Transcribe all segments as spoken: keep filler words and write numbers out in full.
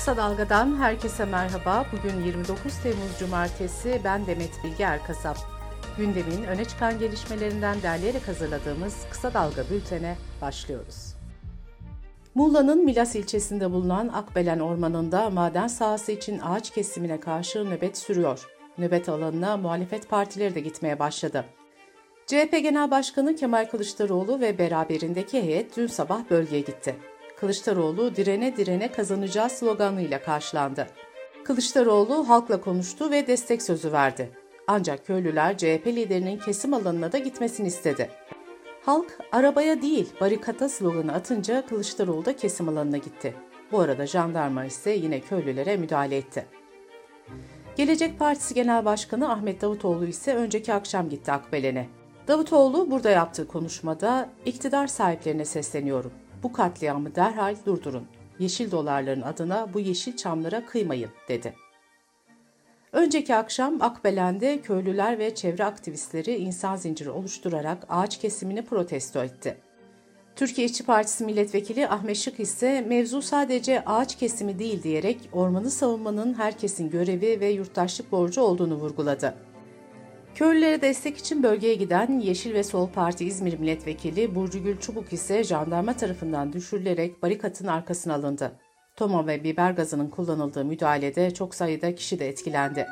Kısa Dalga'dan herkese merhaba. Bugün yirmi dokuz Temmuz Cumartesi, ben Demet Bilge Erkasap. Gündemin öne çıkan gelişmelerinden derleyerek hazırladığımız Kısa Dalga bültene başlıyoruz. Muğla'nın Milas ilçesinde bulunan Akbelen Ormanı'nda maden sahası için ağaç kesimine karşı nöbet sürüyor. Nöbet alanına muhalefet partileri de gitmeye başladı. C H P Genel Başkanı Kemal Kılıçdaroğlu ve beraberindeki heyet dün sabah bölgeye gitti. Kılıçdaroğlu direne direne kazanacağız sloganıyla karşılandı. Kılıçdaroğlu halkla konuştu ve destek sözü verdi. Ancak köylüler C H P liderinin kesim alanına da gitmesini istedi. Halk arabaya değil barikata sloganı atınca Kılıçdaroğlu da kesim alanına gitti. Bu arada jandarma ise yine köylülere müdahale etti. Gelecek Partisi Genel Başkanı Ahmet Davutoğlu ise önceki akşam gitti Akbelen'e. Davutoğlu burada yaptığı konuşmada iktidar sahiplerine sesleniyorum. Bu katliamı derhal durdurun. Yeşil dolarların adına bu yeşil çamlara kıymayın, dedi. Önceki akşam Akbelen'de köylüler ve çevre aktivistleri insan zinciri oluşturarak ağaç kesimini protesto etti. Türkiye İşçi Partisi Milletvekili Ahmet Şık ise mevzu sadece ağaç kesimi değil diyerek ormanı savunmanın herkesin görevi ve yurttaşlık borcu olduğunu vurguladı. Köylülere destek için bölgeye giden Yeşil ve Sol Parti İzmir Milletvekili Burcu Gül Çubuk ise jandarma tarafından düşürülerek barikatın arkasına alındı. Toma ve biber gazının kullanıldığı müdahalede çok sayıda kişi de etkilendi.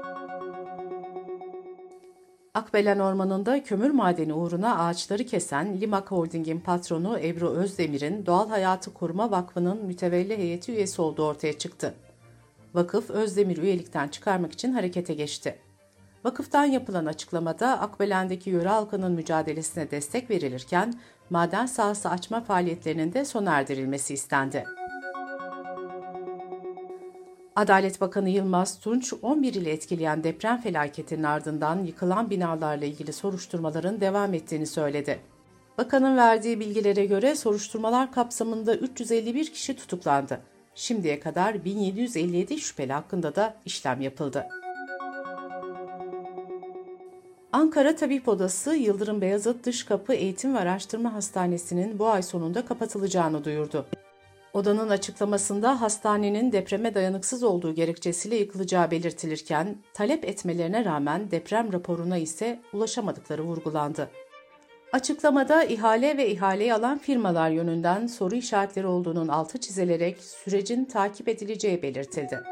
Akbelen Ormanı'nda kömür madeni uğruna ağaçları kesen Limak Holding'in patronu Ebru Özdemir'in Doğal Hayatı Koruma Vakfı'nın mütevelli heyeti üyesi olduğu ortaya çıktı. Vakıf Özdemir üyelikten çıkarmak için harekete geçti. Vakıftan yapılan açıklamada Akbelen'deki yöre halkının mücadelesine destek verilirken maden sahası açma faaliyetlerinin de sona erdirilmesi istendi. Adalet Bakanı Yılmaz Tunç, on bir ili etkileyen deprem felaketinin ardından yıkılan binalarla ilgili soruşturmaların devam ettiğini söyledi. Bakanın verdiği bilgilere göre soruşturmalar kapsamında üç yüz elli bir kişi tutuklandı. Şimdiye kadar bin yedi yüz elli yedi şüpheli hakkında da işlem yapıldı. Ankara Tabip Odası, Yıldırım Beyazıt Dışkapı Eğitim ve Araştırma Hastanesi'nin bu ay sonunda kapatılacağını duyurdu. Odanın açıklamasında hastanenin depreme dayanıksız olduğu gerekçesiyle yıkılacağı belirtilirken, talep etmelerine rağmen deprem raporuna ise ulaşamadıkları vurgulandı. Açıklamada ihale ve ihaleyi alan firmalar yönünden soru işaretleri olduğunun altı çizilerek sürecin takip edileceği belirtildi.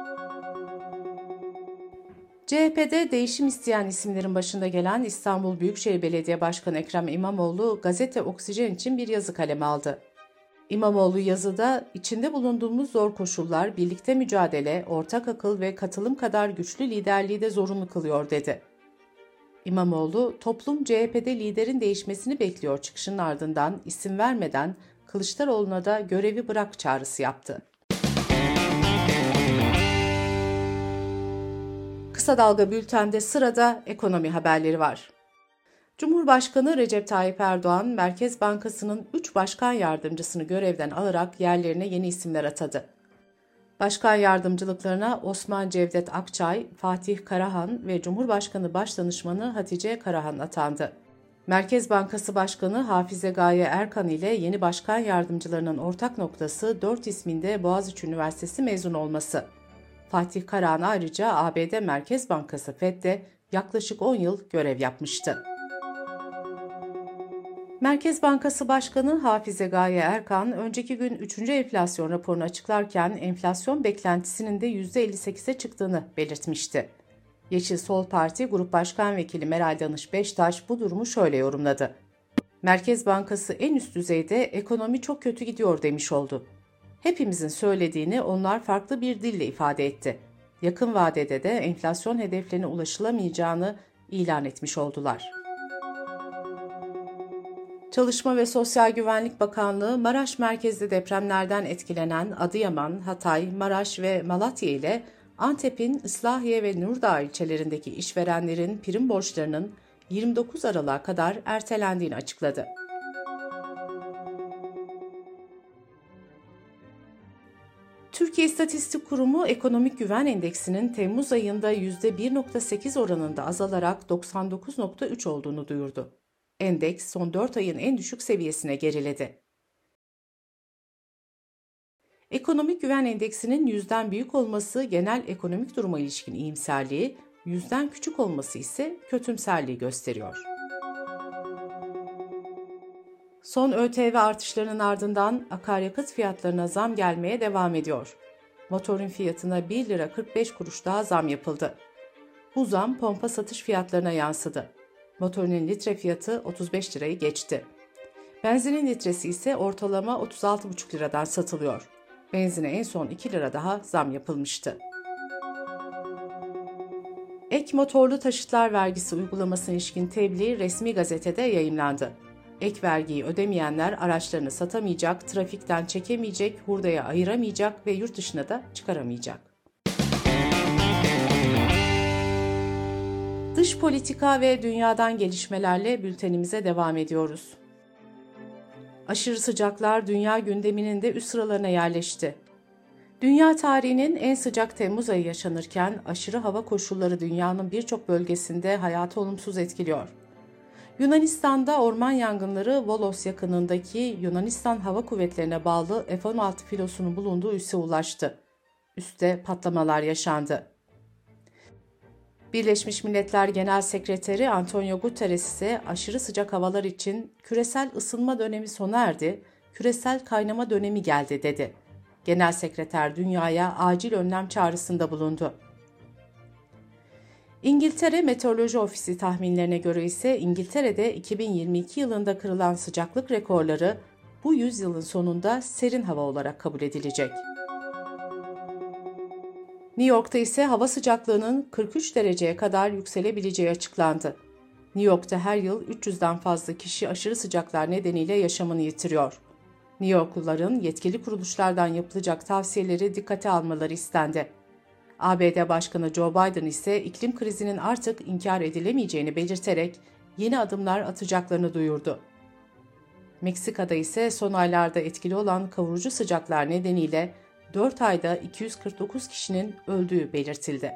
C H P'de değişim isteyen isimlerin başında gelen İstanbul Büyükşehir Belediye Başkanı Ekrem İmamoğlu, gazete Oksijen için bir yazı kaleme aldı. İmamoğlu yazıda, içinde bulunduğumuz zor koşullar, birlikte mücadele, ortak akıl ve katılım kadar güçlü liderliği de zorunlu kılıyor, dedi. İmamoğlu, toplum C H P'de liderin değişmesini bekliyor çıkışının ardından isim vermeden Kılıçdaroğlu'na da görevi bırak çağrısı yaptı. Kısa Dalga bültende sırada ekonomi haberleri var. Cumhurbaşkanı Recep Tayyip Erdoğan, Merkez Bankası'nın üç başkan yardımcısını görevden alarak yerlerine yeni isimler atadı. Başkan yardımcılıklarına Osman Cevdet Akçay, Fatih Karahan ve Cumhurbaşkanı Başdanışmanı Hatice Karahan atandı. Merkez Bankası Başkanı Hafize Gaye Erkan ile yeni başkan yardımcılarının ortak noktası dört isminde Boğaziçi Üniversitesi mezun olması. Fatih Karahan ayrıca A B D Merkez Bankası Fed'de yaklaşık on yıl görev yapmıştı. Merkez Bankası Başkanı Hafize Gaye Erkan, önceki gün üçüncü enflasyon raporunu açıklarken enflasyon beklentisinin de yüzde elli sekize çıktığını belirtmişti. Yeşil Sol Parti Grup Başkan Vekili Meral Danış Beştaş bu durumu şöyle yorumladı. Merkez Bankası en üst düzeyde ekonomi çok kötü gidiyor demiş oldu. Hepimizin söylediğini onlar farklı bir dille ifade etti. Yakın vadede de enflasyon hedeflerine ulaşılamayacağını ilan etmiş oldular. Çalışma ve Sosyal Güvenlik Bakanlığı, Maraş merkezli depremlerden etkilenen Adıyaman, Hatay, Maraş ve Malatya ile Antep'in Islahiye ve Nurdağ ilçelerindeki işverenlerin prim borçlarının yirmi dokuz Aralık'a kadar ertelendiğini açıkladı. Türkiye İstatistik Kurumu, Ekonomik Güven Endeksinin Temmuz ayında yüzde bir virgül sekiz oranında azalarak doksan dokuz virgül üç olduğunu duyurdu. Endeks son dört ayın en düşük seviyesine geriledi. Ekonomik güven endeksinin yüzden büyük olması genel ekonomik duruma ilişkin iyimserliği, yüzden küçük olması ise kötümserliği gösteriyor. Son ÖTV artışlarının ardından akaryakıt fiyatlarına zam gelmeye devam ediyor. Motorun fiyatına bir lira kırk beş kuruş daha zam yapıldı. Bu zam pompa satış fiyatlarına yansıdı. Motorinin litre fiyatı otuz beş lirayı geçti. Benzinin litresi ise ortalama otuz altı buçuk liradan satılıyor. Benzine en son iki lira daha zam yapılmıştı. Ek motorlu taşıtlar vergisi uygulamasına ilişkin tebliğ resmi gazetede yayımlandı. Ek vergiyi ödemeyenler araçlarını satamayacak, trafikten çekemeyecek, hurdaya ayıramayacak ve yurt dışına da çıkaramayacak. Dış politika ve dünyadan gelişmelerle bültenimize devam ediyoruz. Aşırı sıcaklar dünya gündeminin de üst sıralarına yerleşti. Dünya tarihinin en sıcak Temmuz ayı yaşanırken aşırı hava koşulları dünyanın birçok bölgesinde hayatı olumsuz etkiliyor. Yunanistan'da orman yangınları Volos yakınındaki Yunanistan Hava Kuvvetleri'ne bağlı F on altı filosunun bulunduğu üsse ulaştı. Üste patlamalar yaşandı. Birleşmiş Milletler Genel Sekreteri Antonio Guterres ise aşırı sıcak havalar için küresel ısınma dönemi sona erdi, küresel kaynama dönemi geldi dedi. Genel Sekreter dünyaya acil önlem çağrısında bulundu. İngiltere Meteoroloji Ofisi tahminlerine göre ise İngiltere'de iki bin yirmi iki yılında kırılan sıcaklık rekorları bu yüzyılın sonunda serin hava olarak kabul edilecek. New York'ta ise hava sıcaklığının kırk üç dereceye kadar yükselebileceği açıklandı. New York'ta her yıl üç yüzden fazla kişi aşırı sıcaklar nedeniyle yaşamını yitiriyor. New Yorkluların yetkili kuruluşlardan yapılacak tavsiyeleri dikkate almaları istendi. A B D Başkanı Joe Biden ise iklim krizinin artık inkar edilemeyeceğini belirterek yeni adımlar atacaklarını duyurdu. Meksika'da ise son aylarda etkili olan kavurucu sıcaklar nedeniyle dört ayda iki yüz kırk dokuz kişinin öldüğü belirtildi.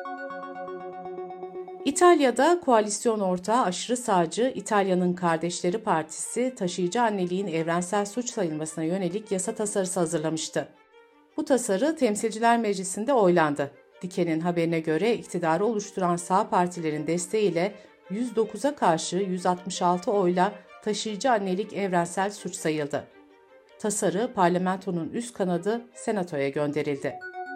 İtalya'da koalisyon ortağı aşırı sağcı İtalya'nın Kardeşleri Partisi taşıyıcı anneliğin evrensel suç sayılmasına yönelik yasa tasarısı hazırlamıştı. Bu tasarı Temsilciler Meclisi'nde oylandı. Diken'in haberine göre iktidarı oluşturan sağ partilerin desteğiyle yüz dokuza karşı yüz altmış altı oyla taşıyıcı annelik evrensel suç sayıldı. Tasarı parlamentonun üst kanadı Senato'ya gönderildi.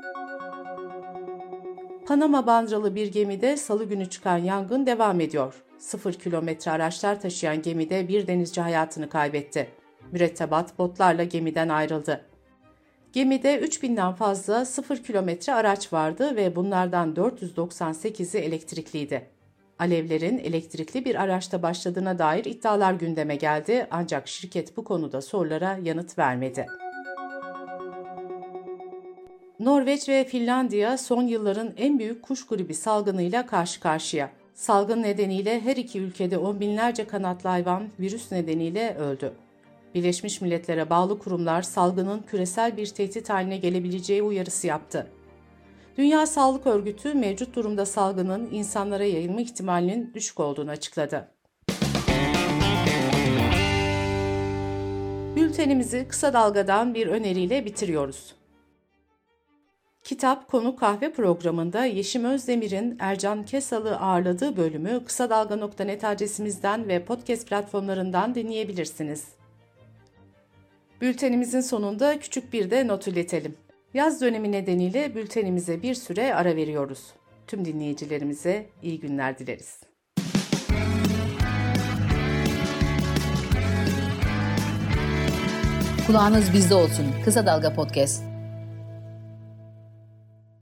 Panama bandralı bir gemide salı günü çıkan yangın devam ediyor. Sıfır kilometre araçlar taşıyan gemide bir denizci hayatını kaybetti. Mürettebat botlarla gemiden ayrıldı. Gemide üç binden fazla sıfır kilometre araç vardı ve bunlardan dört yüz doksan sekizi elektrikliydi. Alevlerin elektrikli bir araçta başladığına dair iddialar gündeme geldi ancak şirket bu konuda sorulara yanıt vermedi. Norveç ve Finlandiya son yılların en büyük kuş gribi salgınıyla karşı karşıya. Salgın nedeniyle her iki ülkede on binlerce kanatlı hayvan virüs nedeniyle öldü. Birleşmiş Milletler'e bağlı kurumlar salgının küresel bir tehdit haline gelebileceği uyarısı yaptı. Dünya Sağlık Örgütü mevcut durumda salgının insanlara yayılma ihtimalinin düşük olduğunu açıkladı. Bültenimizi kısa dalgadan bir öneriyle bitiriyoruz. Kitap Konu Kahve programında Yeşim Özdemir'in Ercan Kesal'ı ağırladığı bölümü kısa dalga nokta net adresimizden ve podcast platformlarından dinleyebilirsiniz. Bültenimizin sonunda küçük bir de not iletelim. Yaz dönemi nedeniyle bültenimize bir süre ara veriyoruz. Tüm dinleyicilerimize iyi günler dileriz. Kulağınız bizde olsun. Kısa Dalga Podcast.